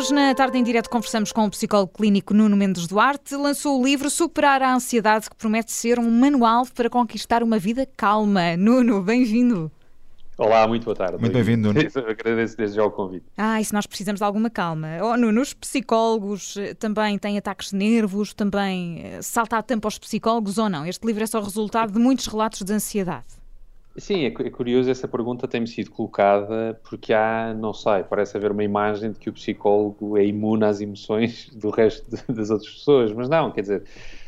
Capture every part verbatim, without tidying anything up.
Hoje, na Tarde em Direto, conversamos com o psicólogo clínico Nuno Mendes Duarte. Lançou o livro Superar a Ansiedade, que promete ser um manual para conquistar uma vida calma. Nuno, bem-vindo. Olá, muito boa tarde. Muito bem-vindo, Nuno. Agradeço desde já o convite. Ah, e se nós precisamos de alguma calma? Oh, Nuno, os psicólogos também têm ataques de nervos, também salta a tampa aos psicólogos ou não? Este livro é só resultado de muitos relatos de ansiedade. Sim, é curioso, essa pergunta tem-me sido colocada porque há, não sei, parece haver uma imagem de que o psicólogo é imune às emoções do resto de, das outras pessoas, mas não, quer dizer,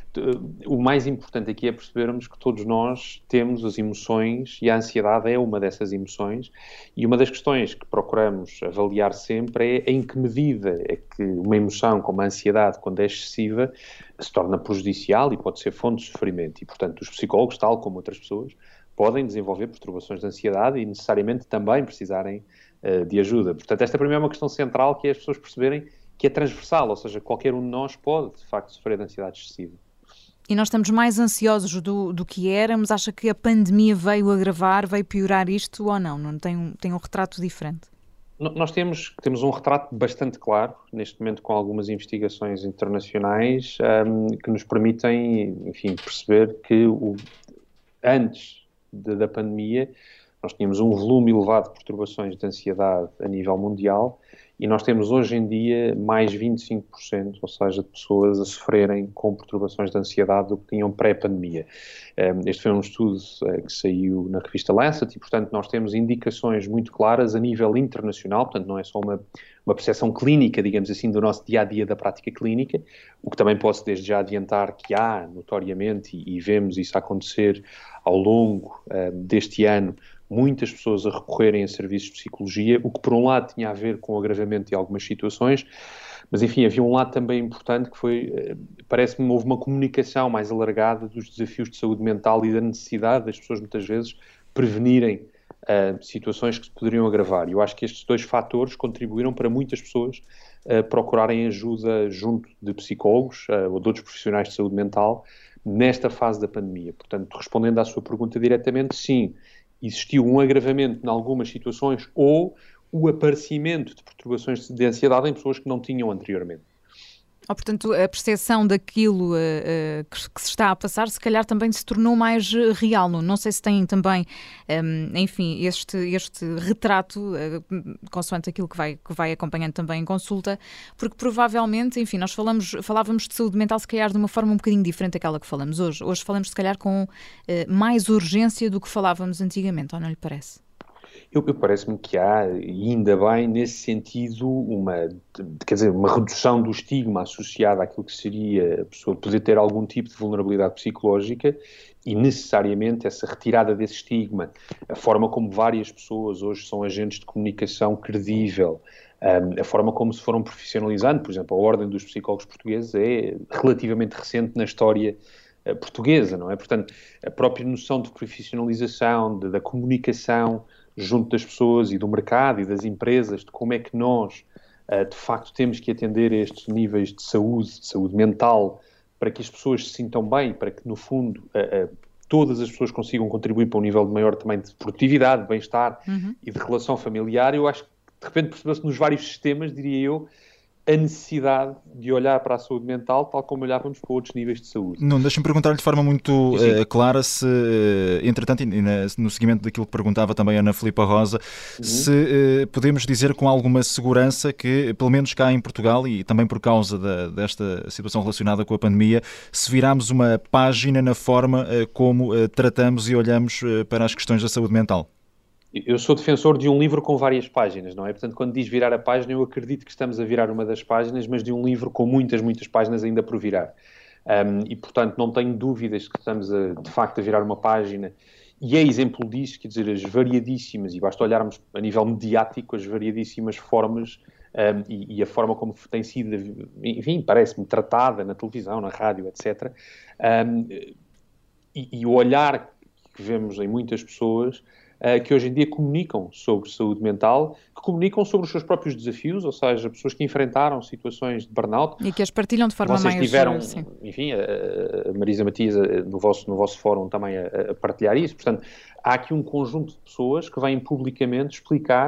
o mais importante aqui é percebermos que todos nós temos as emoções e a ansiedade é uma dessas emoções, e uma das questões que procuramos avaliar sempre é em que medida é que uma emoção como a ansiedade, quando é excessiva, se torna prejudicial e pode ser fonte de sofrimento, e portanto os psicólogos, tal como outras pessoas, podem desenvolver perturbações de ansiedade e necessariamente também precisarem uh, de ajuda. Portanto, esta para mim é uma questão central, que é as pessoas perceberem que é transversal, ou seja, qualquer um de nós pode, de facto, sofrer de ansiedade excessiva. E nós estamos mais ansiosos do, do que éramos. Acha que a pandemia veio agravar, veio piorar isto ou não? Não tem um, tem um retrato diferente? Nós temos, temos um retrato bastante claro, neste momento com algumas investigações internacionais um, que nos permitem, enfim, perceber que o, antes de, da pandemia nós tínhamos um volume elevado de perturbações de ansiedade a nível mundial e nós temos hoje em dia mais vinte e cinco por cento, ou seja, de pessoas a sofrerem com perturbações de ansiedade do que tinham pré-pandemia. Este foi um estudo que saiu na revista Lancet e, portanto, nós temos indicações muito claras a nível internacional, portanto, não é só uma, uma percepção clínica, digamos assim, do nosso dia-a-dia da prática clínica, o que também posso desde já adiantar que há, notoriamente, e, e vemos isso acontecer ao longo uh, deste ano, muitas pessoas a recorrerem a serviços de psicologia, o que por um lado tinha a ver com o agravamento de algumas situações, mas enfim, havia um lado também importante que foi, parece-me, houve uma comunicação mais alargada dos desafios de saúde mental e da necessidade das pessoas muitas vezes prevenirem uh, situações que se poderiam agravar. E eu acho que estes dois fatores contribuíram para muitas pessoas uh, procurarem ajuda junto de psicólogos uh, ou de outros profissionais de saúde mental nesta fase da pandemia. Portanto, respondendo à sua pergunta diretamente, sim, existiu um agravamento em algumas situações ou o aparecimento de perturbações de ansiedade em pessoas que não tinham anteriormente. Oh, portanto, a percepção daquilo uh, uh, que, que se está a passar, se calhar também se tornou mais real. Não, não sei se tem também, um, enfim, este, este retrato, uh, consoante aquilo que vai, que vai acompanhando também em consulta, porque provavelmente, enfim, nós falamos, falávamos de saúde mental se calhar de uma forma um bocadinho diferente daquela que falamos hoje. Hoje falamos se calhar com uh, mais urgência do que falávamos antigamente, ou não lhe parece? Eu, eu parece-me que há, e ainda bem, nesse sentido, uma, quer dizer, uma redução do estigma associado àquilo que seria a pessoa poder ter algum tipo de vulnerabilidade psicológica e, necessariamente, essa retirada desse estigma, a forma como várias pessoas hoje são agentes de comunicação credível, um, a forma como se foram profissionalizando, por exemplo, a Ordem dos Psicólogos Portugueses é relativamente recente na história portuguesa, não é? Portanto, a própria noção de profissionalização, de, da comunicação junto das pessoas e do mercado e das empresas, de como é que nós, uh, de facto, temos que atender a estes níveis de saúde, de saúde mental, para que as pessoas se sintam bem, para que, no fundo, uh, uh, todas as pessoas consigam contribuir para um nível de maior também de produtividade, de bem-estar uhum. e de relação familiar. Eu acho que, de repente, percebeu-se nos vários sistemas, diria eu, a necessidade de olhar para a saúde mental tal como olhávamos para outros níveis de saúde. Não, deixa-me perguntar-lhe de forma muito uh, clara se, uh, entretanto, e na, no seguimento daquilo que perguntava também a Ana Filipa Rosa, uhum. se uh, podemos dizer com alguma segurança que, pelo menos cá em Portugal, e também por causa da, desta situação relacionada com a pandemia, se virarmos uma página na forma uh, como uh, tratamos e olhamos uh, para as questões da saúde mental. Eu sou defensor de um livro com várias páginas, não é? Portanto, quando diz virar a página, eu acredito que estamos a virar uma das páginas, mas de um livro com muitas, muitas páginas ainda por virar. Um, e, portanto, não tenho dúvidas que estamos, a, de facto, a virar uma página. E é exemplo disso, quer dizer, as variadíssimas, e basta olharmos a nível mediático, as variadíssimas formas um, e, e a forma como tem sido, enfim, parece-me, tratada na televisão, na rádio, etcétera. Um, e, e o olhar que vemos em muitas pessoas Uh, que hoje em dia comunicam sobre saúde mental, que comunicam sobre os seus próprios desafios, ou seja, pessoas que enfrentaram situações de burnout. E que as partilham de forma Vocês mais... tiveram, sim. enfim, a, a Marisa Matias no vosso, no vosso fórum também a, a partilhar isso. Portanto, há aqui um conjunto de pessoas que vêm publicamente explicar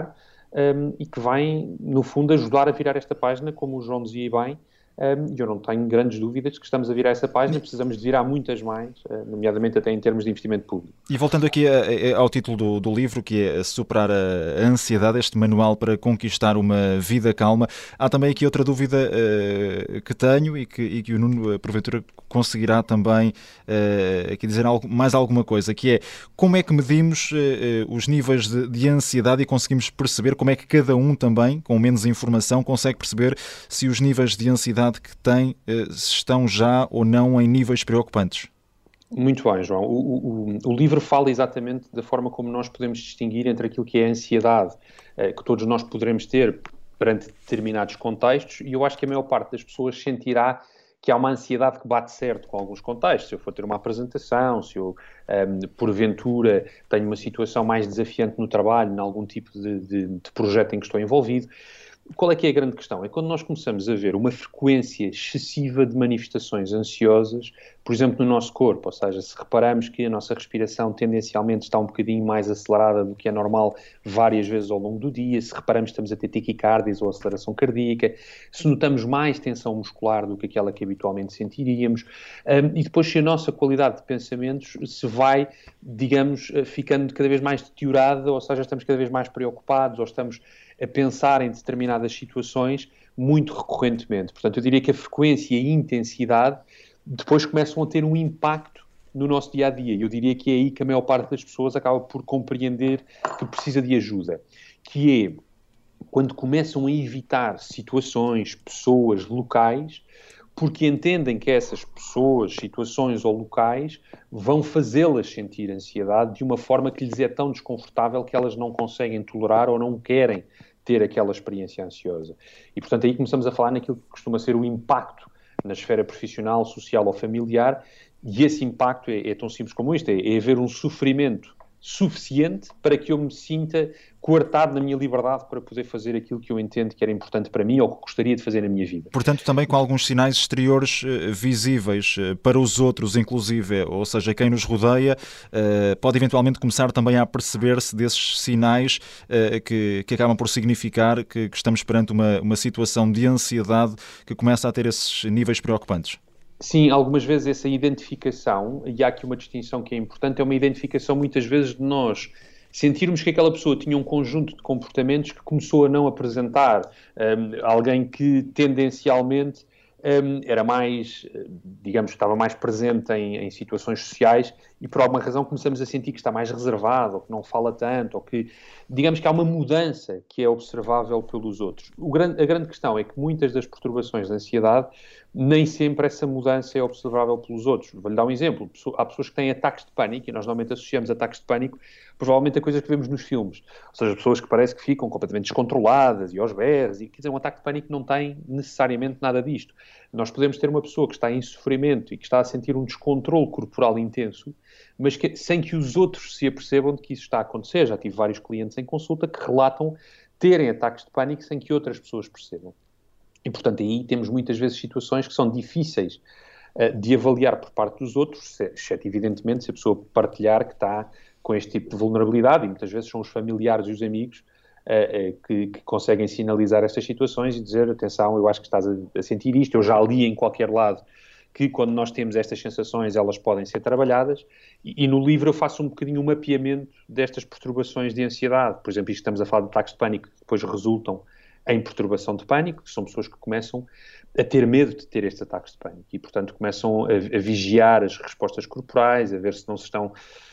um, e que vai, no fundo, ajudar a virar esta página, como o João dizia bem. Um, eu não tenho grandes dúvidas que estamos a virar essa página, precisamos de virar muitas mais, uh, nomeadamente até em termos de investimento público. E voltando aqui a, a, ao título do, do livro, que é Superar a, a Ansiedade, este manual para conquistar uma vida calma, há também aqui outra dúvida uh, que tenho e que, e que o Nuno, porventura, conseguirá também uh, aqui dizer algo, mais alguma coisa, que é como é que medimos uh, os níveis de, de ansiedade e conseguimos perceber como é que cada um também, com menos informação, consegue perceber se os níveis de ansiedade que tem estão já ou não em níveis preocupantes? Muito bem, João. O, o, o livro fala exatamente da forma como nós podemos distinguir entre aquilo que é a ansiedade eh, que todos nós poderemos ter perante determinados contextos, e eu acho que a maior parte das pessoas sentirá que há uma ansiedade que bate certo com alguns contextos. Se eu for ter uma apresentação, se eu, um, porventura, tenho uma situação mais desafiante no trabalho, em algum tipo de, de, de projeto em que estou envolvido. Qual é que é a grande questão? É quando nós começamos a ver uma frequência excessiva de manifestações ansiosas, por exemplo, no nosso corpo, ou seja, se reparamos que a nossa respiração tendencialmente está um bocadinho mais acelerada do que é normal várias vezes ao longo do dia, se reparamos que estamos a ter taquicardias ou aceleração cardíaca, se notamos mais tensão muscular do que aquela que habitualmente sentiríamos, um, e depois se a nossa qualidade de pensamentos se vai, digamos, ficando cada vez mais deteriorada, ou seja, estamos cada vez mais preocupados ou estamos a pensar em determinadas situações muito recorrentemente. Portanto, eu diria que a frequência e a intensidade depois começam a ter um impacto no nosso dia-a-dia. Eu diria que é aí que a maior parte das pessoas acaba por compreender que precisa de ajuda, que é quando começam a evitar situações, pessoas, locais, porque entendem que essas pessoas, situações ou locais vão fazê-las sentir ansiedade de uma forma que lhes é tão desconfortável que elas não conseguem tolerar ou não querem ter aquela experiência ansiosa. E, portanto, aí começamos a falar naquilo que costuma ser o impacto na esfera profissional, social ou familiar, e esse impacto é, é tão simples como isto, é, é haver um sofrimento suficiente para que eu me sinta coartado na minha liberdade para poder fazer aquilo que eu entendo que era importante para mim ou que gostaria de fazer na minha vida. Portanto, também com alguns sinais exteriores uh, visíveis uh, para os outros, inclusive, ou seja, quem nos rodeia, uh, pode eventualmente começar também a perceber-se desses sinais uh, que, que acabam por significar que, que estamos perante uma, uma situação de ansiedade que começa a ter esses níveis preocupantes. Sim, algumas vezes essa identificação, e há aqui uma distinção que é importante, é uma identificação muitas vezes de nós sentirmos que aquela pessoa tinha um conjunto de comportamentos que começou a não apresentar, um, alguém que tendencialmente um, era mais, digamos, estava mais presente em, em situações sociais e por alguma razão começamos a sentir que está mais reservado, ou que não fala tanto, ou que, digamos que há uma mudança que é observável pelos outros. O grande, a grande questão é que muitas das perturbações de ansiedade, nem sempre essa mudança é observável pelos outros. Vou-lhe dar um exemplo. Há pessoas que têm ataques de pânico, e nós normalmente associamos ataques de pânico provavelmente a coisas que vemos nos filmes. Ou seja, pessoas que parece que ficam completamente descontroladas e aos berros, e quer dizer, um ataque de pânico não tem necessariamente nada disto. Nós podemos ter uma pessoa que está em sofrimento e que está a sentir um descontrole corporal intenso, mas que, sem que os outros se apercebam de que isso está a acontecer. Já tive vários clientes em consulta que relatam terem ataques de pânico sem que outras pessoas percebam. E, portanto, aí temos muitas vezes situações que são difíceis uh, de avaliar por parte dos outros, exceto, evidentemente, se a pessoa partilhar que está com este tipo de vulnerabilidade, e muitas vezes são os familiares e os amigos uh, uh, que, que conseguem sinalizar estas situações e dizer, atenção, eu acho que estás a, a sentir isto, eu já li em qualquer lado que quando nós temos estas sensações elas podem ser trabalhadas, e, e no livro eu faço um bocadinho um mapeamento destas perturbações de ansiedade. Por exemplo, isto estamos a falar de ataques de pânico que depois resultam em perturbação de pânico, que são pessoas que começam a ter medo de ter estes ataques de pânico e, portanto, começam a, a vigiar as respostas corporais, a ver se não se estão,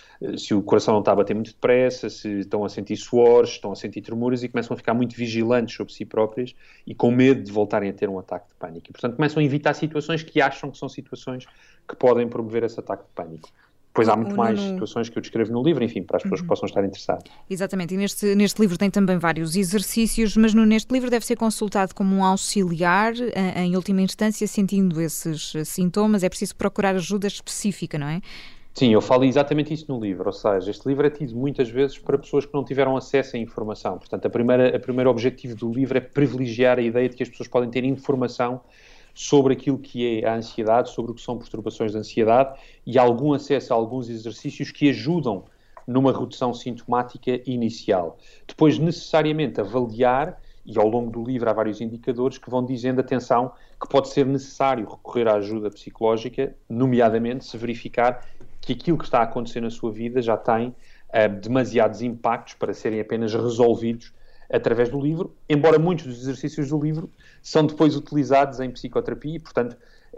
se o coração não está a bater muito depressa, se estão a sentir suores, se estão a sentir tremores e começam a ficar muito vigilantes sobre si próprias e com medo de voltarem a ter um ataque de pânico. E, portanto, começam a evitar situações que acham que são situações que podem promover esse ataque de pânico. Depois há muito mais situações que eu descrevo no livro, enfim, para as pessoas uhum. que possam estar interessadas. Exatamente, e neste, neste livro tem também vários exercícios, mas no, neste livro deve ser consultado como um auxiliar, em, em última instância, sentindo esses sintomas, é preciso procurar ajuda específica, não é? Sim, eu falo exatamente isso no livro, ou seja, este livro é tido muitas vezes para pessoas que não tiveram acesso à informação. Portanto, a primeira, a primeiro objetivo do livro é privilegiar a ideia de que as pessoas podem ter informação sobre aquilo que é a ansiedade, sobre o que são perturbações de ansiedade e algum acesso a alguns exercícios que ajudam numa redução sintomática inicial. Depois, necessariamente, avaliar, e ao longo do livro há vários indicadores que vão dizendo, atenção, que pode ser necessário recorrer à ajuda psicológica, nomeadamente se verificar que aquilo que está a acontecer na sua vida já tem uh, demasiados impactos para serem apenas resolvidos através do livro, embora muitos dos exercícios do livro são depois utilizados em psicoterapia e, portanto,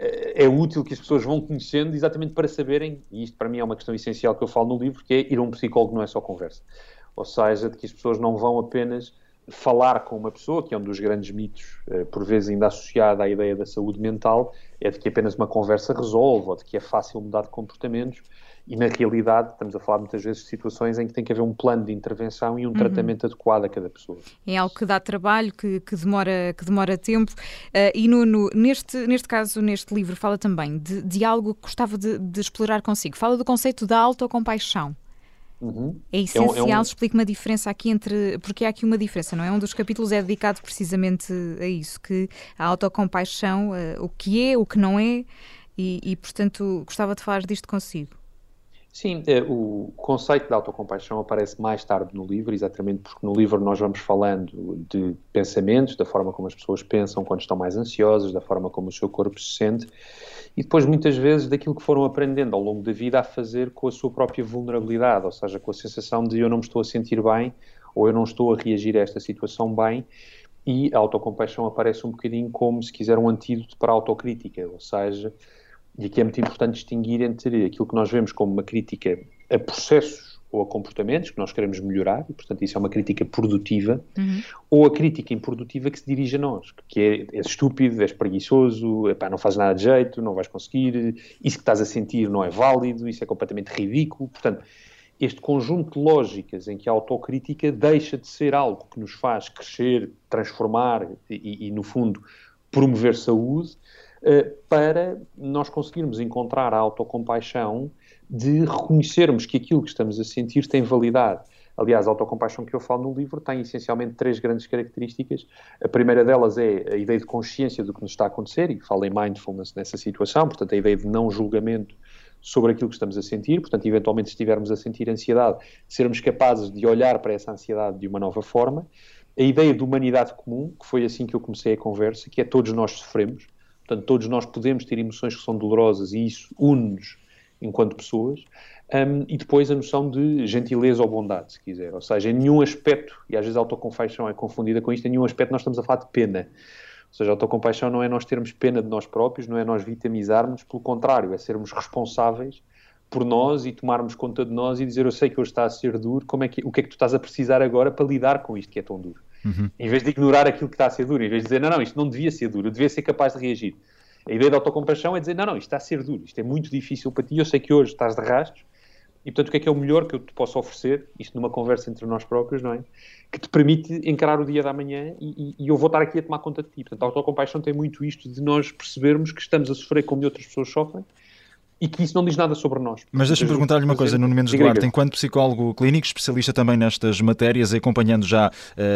é útil que as pessoas vão conhecendo exatamente para saberem, e isto para mim é uma questão essencial que eu falo no livro, que é ir a um psicólogo não é só conversa. Ou seja, de que as pessoas não vão apenas falar com uma pessoa, que é um dos grandes mitos, por vezes ainda associado à ideia da saúde mental, é de que apenas uma conversa resolve, ou de que é fácil mudar de comportamentos, e na realidade estamos a falar muitas vezes de situações em que tem que haver um plano de intervenção e um uhum. tratamento adequado a cada pessoa. É algo que dá trabalho, que, que, demora, que demora tempo, uh, e no, no, neste, neste caso, neste livro, fala também de, de algo que gostava de, de explorar consigo. Fala do conceito da autocompaixão. Uhum. É essencial, é um, é um... explique-me a diferença aqui entre, porque há aqui uma diferença, não é? Um dos capítulos é dedicado precisamente a isso, que a autocompaixão, uh, o que é, o que não é, e, e portanto gostava de falar disto consigo. Sim, o conceito da autocompaixão aparece mais tarde no livro, exatamente porque no livro nós vamos falando de pensamentos, da forma como as pessoas pensam quando estão mais ansiosas, da forma como o seu corpo se sente, e depois muitas vezes daquilo que foram aprendendo ao longo da vida a fazer com a sua própria vulnerabilidade, ou seja, com a sensação de eu não me estou a sentir bem, ou eu não estou a reagir a esta situação bem, e a autocompaixão aparece um bocadinho como, se quiser, um antídoto para a autocrítica, ou seja, e aqui é muito importante distinguir entre aquilo que nós vemos como uma crítica a processos ou a comportamentos que nós queremos melhorar, e portanto isso é uma crítica produtiva, uhum. ou a crítica improdutiva que se dirige a nós, que é, és estúpido, és preguiçoso, epá, não fazes nada de jeito, não vais conseguir, isso que estás a sentir não é válido, isso é completamente ridículo. Portanto, este conjunto de lógicas em que a autocrítica deixa de ser algo que nos faz crescer, transformar e, e no fundo, promover saúde, para nós conseguirmos encontrar a autocompaixão de reconhecermos que aquilo que estamos a sentir tem validade. Aliás, a autocompaixão que eu falo no livro tem essencialmente três grandes características. A primeira delas é a ideia de consciência do que nos está a acontecer, e falo em mindfulness nessa situação, portanto a ideia de não julgamento sobre aquilo que estamos a sentir, portanto eventualmente se estivermos a sentir ansiedade, sermos capazes de olhar para essa ansiedade de uma nova forma. A ideia de humanidade comum, que foi assim que eu comecei a conversa, que é todos nós sofremos. Portanto, todos nós podemos ter emoções que são dolorosas e isso une-nos enquanto pessoas. Um, e depois a noção de gentileza ou bondade, se quiser. Ou seja, em nenhum aspecto, e às vezes a autocompaixão é confundida com isto, em nenhum aspecto nós estamos a falar de pena. Ou seja, a autocompaixão não é nós termos pena de nós próprios, não é nós vitimizarmos, pelo contrário, é sermos responsáveis por nós e tomarmos conta de nós e dizer, eu sei que hoje está a ser duro, como é que, o que é que tu estás a precisar agora para lidar com isto que é tão duro? Uhum. Em vez de ignorar aquilo que está a ser duro, em vez de dizer, não, não, isto não devia ser duro, eu devia ser capaz de reagir. A ideia da autocompaixão é dizer, não, não, isto está a ser duro, isto é muito difícil para ti, eu sei que hoje estás de rastros, e portanto o que é que é o melhor que eu te posso oferecer, isto numa conversa entre nós próprios, não é? Que te permite encarar o dia da manhã e, e, e eu vou estar aqui a tomar conta de ti. Portanto, a autocompaixão tem muito isto de nós percebermos que estamos a sofrer como outras pessoas sofrem, e que isso não diz nada sobre nós. Mas deixa-me perguntar-lhe uma coisa, Nuno Mendes Duarte, enquanto psicólogo clínico, especialista também nestas matérias, acompanhando já uh,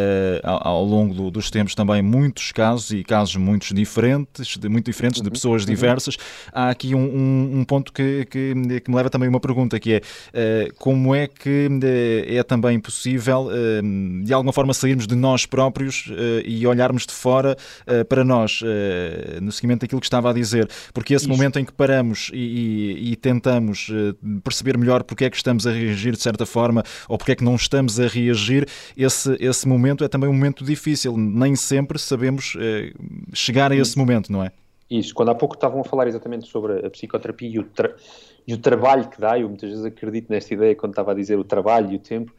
ao, ao longo do, dos tempos também muitos casos e casos muito diferentes, de, muito diferentes, uhum. de pessoas diversas, uhum. há aqui um, um, um ponto que, que, que me leva também a uma pergunta, que é uh, como é que uh, é também possível uh, de alguma forma sairmos de nós próprios uh, e olharmos de fora uh, para nós, uh, no seguimento daquilo que estava a dizer, porque esse Isso. momento em que paramos e, e E, e tentamos uh, perceber melhor porque é que estamos a reagir de certa forma ou porque é que não estamos a reagir, esse, esse momento é também um momento difícil. Nem sempre sabemos uh, chegar a esse momento, não é? Isso. Quando há pouco estavam a falar exatamente sobre a psicoterapia e o, tra- e o trabalho que dá, eu muitas vezes acredito nesta ideia quando estava a dizer o trabalho e o tempo,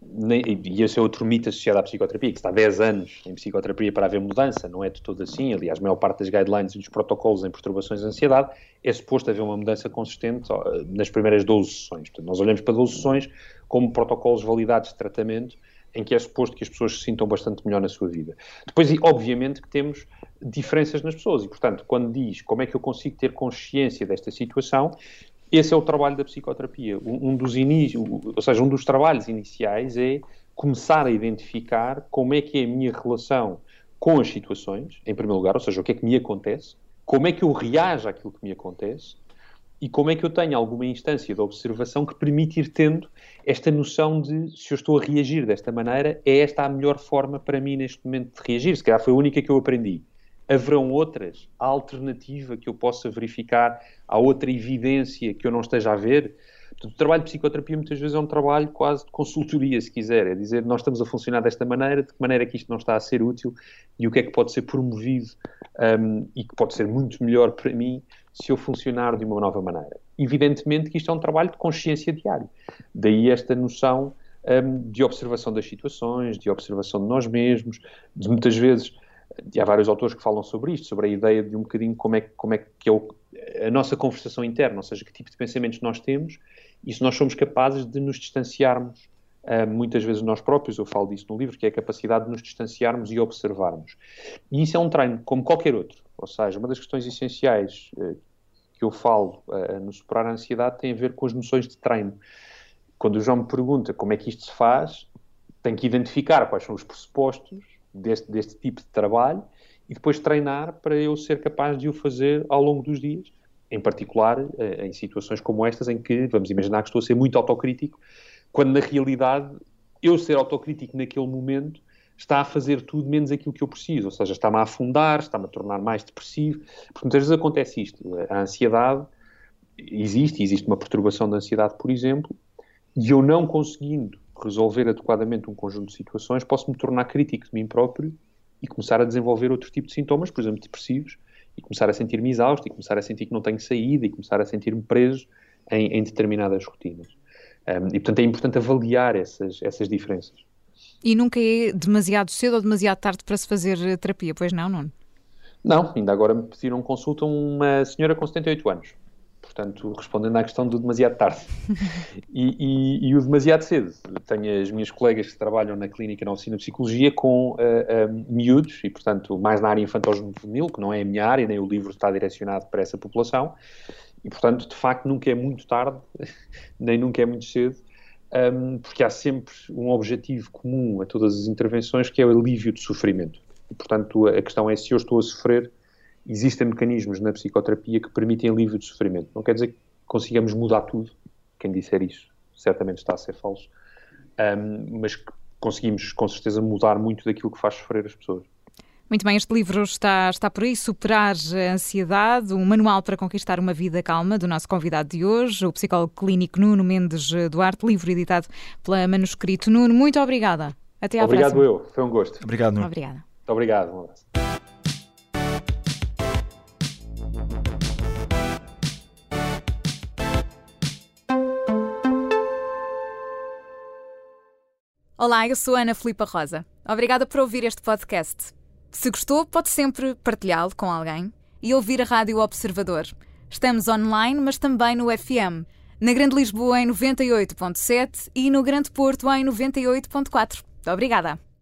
e esse é outro mito associado à psicoterapia, que está há dez anos em psicoterapia para haver mudança, não é de todo assim. Aliás, a maior parte das guidelines e dos protocolos em perturbações de ansiedade é suposto haver uma mudança consistente nas primeiras doze sessões. Portanto, nós olhamos para doze sessões como protocolos validados de tratamento em que é suposto que as pessoas se sintam bastante melhor na sua vida. Depois, obviamente, que temos diferenças nas pessoas e, portanto, quando diz como é que eu consigo ter consciência desta situação, esse é o trabalho da psicoterapia. Um, um dos inícios, ou seja, um dos trabalhos iniciais é começar a identificar como é que é a minha relação com as situações, em primeiro lugar, ou seja, o que é que me acontece, como é que eu reajo àquilo que me acontece, e como é que eu tenho alguma instância de observação que permite ir tendo esta noção de, se eu estou a reagir desta maneira, é esta a melhor forma para mim neste momento de reagir. Se calhar foi a única que eu aprendi. Haverão outras? Há alternativa que eu possa verificar? Há outra evidência que eu não esteja a ver? Portanto, o trabalho de psicoterapia muitas vezes é um trabalho quase de consultoria, se quiser. É dizer, nós estamos a funcionar desta maneira, de que maneira é que isto não está a ser útil e o que é que pode ser promovido um, e que pode ser muito melhor para mim se eu funcionar de uma nova maneira. Evidentemente que isto é um trabalho de consciência diário. Daí esta noção um, de observação das situações, de observação de nós mesmos, de muitas vezes, e há vários autores que falam sobre isto, sobre a ideia de um bocadinho como é, como é que é o, a nossa conversação interna, ou seja, que tipo de pensamentos nós temos e se nós somos capazes de nos distanciarmos, uh, muitas vezes nós próprios, eu falo disso no livro, que é a capacidade de nos distanciarmos e observarmos. E isso é um treino como qualquer outro, ou seja, uma das questões essenciais uh, que eu falo uh, no Superar a Ansiedade tem a ver com as noções de treino. Quando o João me pergunta como é que isto se faz, tenho que identificar quais são os pressupostos deste, deste tipo de trabalho e depois treinar para eu ser capaz de o fazer ao longo dos dias, em particular em situações como estas em que, vamos imaginar que estou a ser muito autocrítico, quando na realidade eu ser autocrítico naquele momento está a fazer tudo menos aquilo que eu preciso, ou seja, está-me a afundar, está-me a tornar mais depressivo, porque muitas vezes acontece isto, a ansiedade existe, existe uma perturbação da ansiedade, por exemplo, e eu não conseguindo resolver adequadamente um conjunto de situações, posso me tornar crítico de mim próprio e começar a desenvolver outro tipo de sintomas, por exemplo, depressivos, e começar a sentir-me exausto, e começar a sentir que não tenho saída, e começar a sentir-me preso em, em determinadas rotinas. Um, e, portanto, é importante avaliar essas, essas diferenças. E nunca é demasiado cedo ou demasiado tarde para se fazer terapia, pois não, Nuno? Não, ainda agora me pediram consulta uma senhora com setenta e oito anos. Portanto, respondendo à questão do demasiado tarde. E, e, e o demasiado cedo. Tenho as minhas colegas que trabalham na clínica na oficina de psicologia com uh, uh, miúdos, e portanto, mais na área infantil-juvenil, que não é a minha área, nem o livro está direcionado para essa população. E portanto, de facto, nunca é muito tarde, nem nunca é muito cedo, um, porque há sempre um objetivo comum a todas as intervenções, que é o alívio de sofrimento. E portanto, a questão é, se eu estou a sofrer, existem mecanismos na psicoterapia que permitem alívio de sofrimento. Não quer dizer que consigamos mudar tudo. Quem disser isso certamente está a ser falso. Um, mas que conseguimos, com certeza, mudar muito daquilo que faz sofrer as pessoas. Muito bem, este livro está, está por aí, Superar a Ansiedade, um manual para conquistar uma vida calma, do nosso convidado de hoje, o psicólogo clínico Nuno Mendes Duarte, livro editado pela Manuscrito. Nuno, muito obrigada. Até à Obrigado próxima. eu, foi um gosto. Obrigado, Nuno. Obrigada. Muito obrigado, um abraço. Olá, eu sou a Ana Filipa Rosa. Obrigada por ouvir este podcast. Se gostou, pode sempre partilhá-lo com alguém e ouvir a Rádio Observador. Estamos online, mas também no F M. Na Grande Lisboa em noventa e oito ponto sete e no Grande Porto em noventa e oito ponto quatro. Obrigada.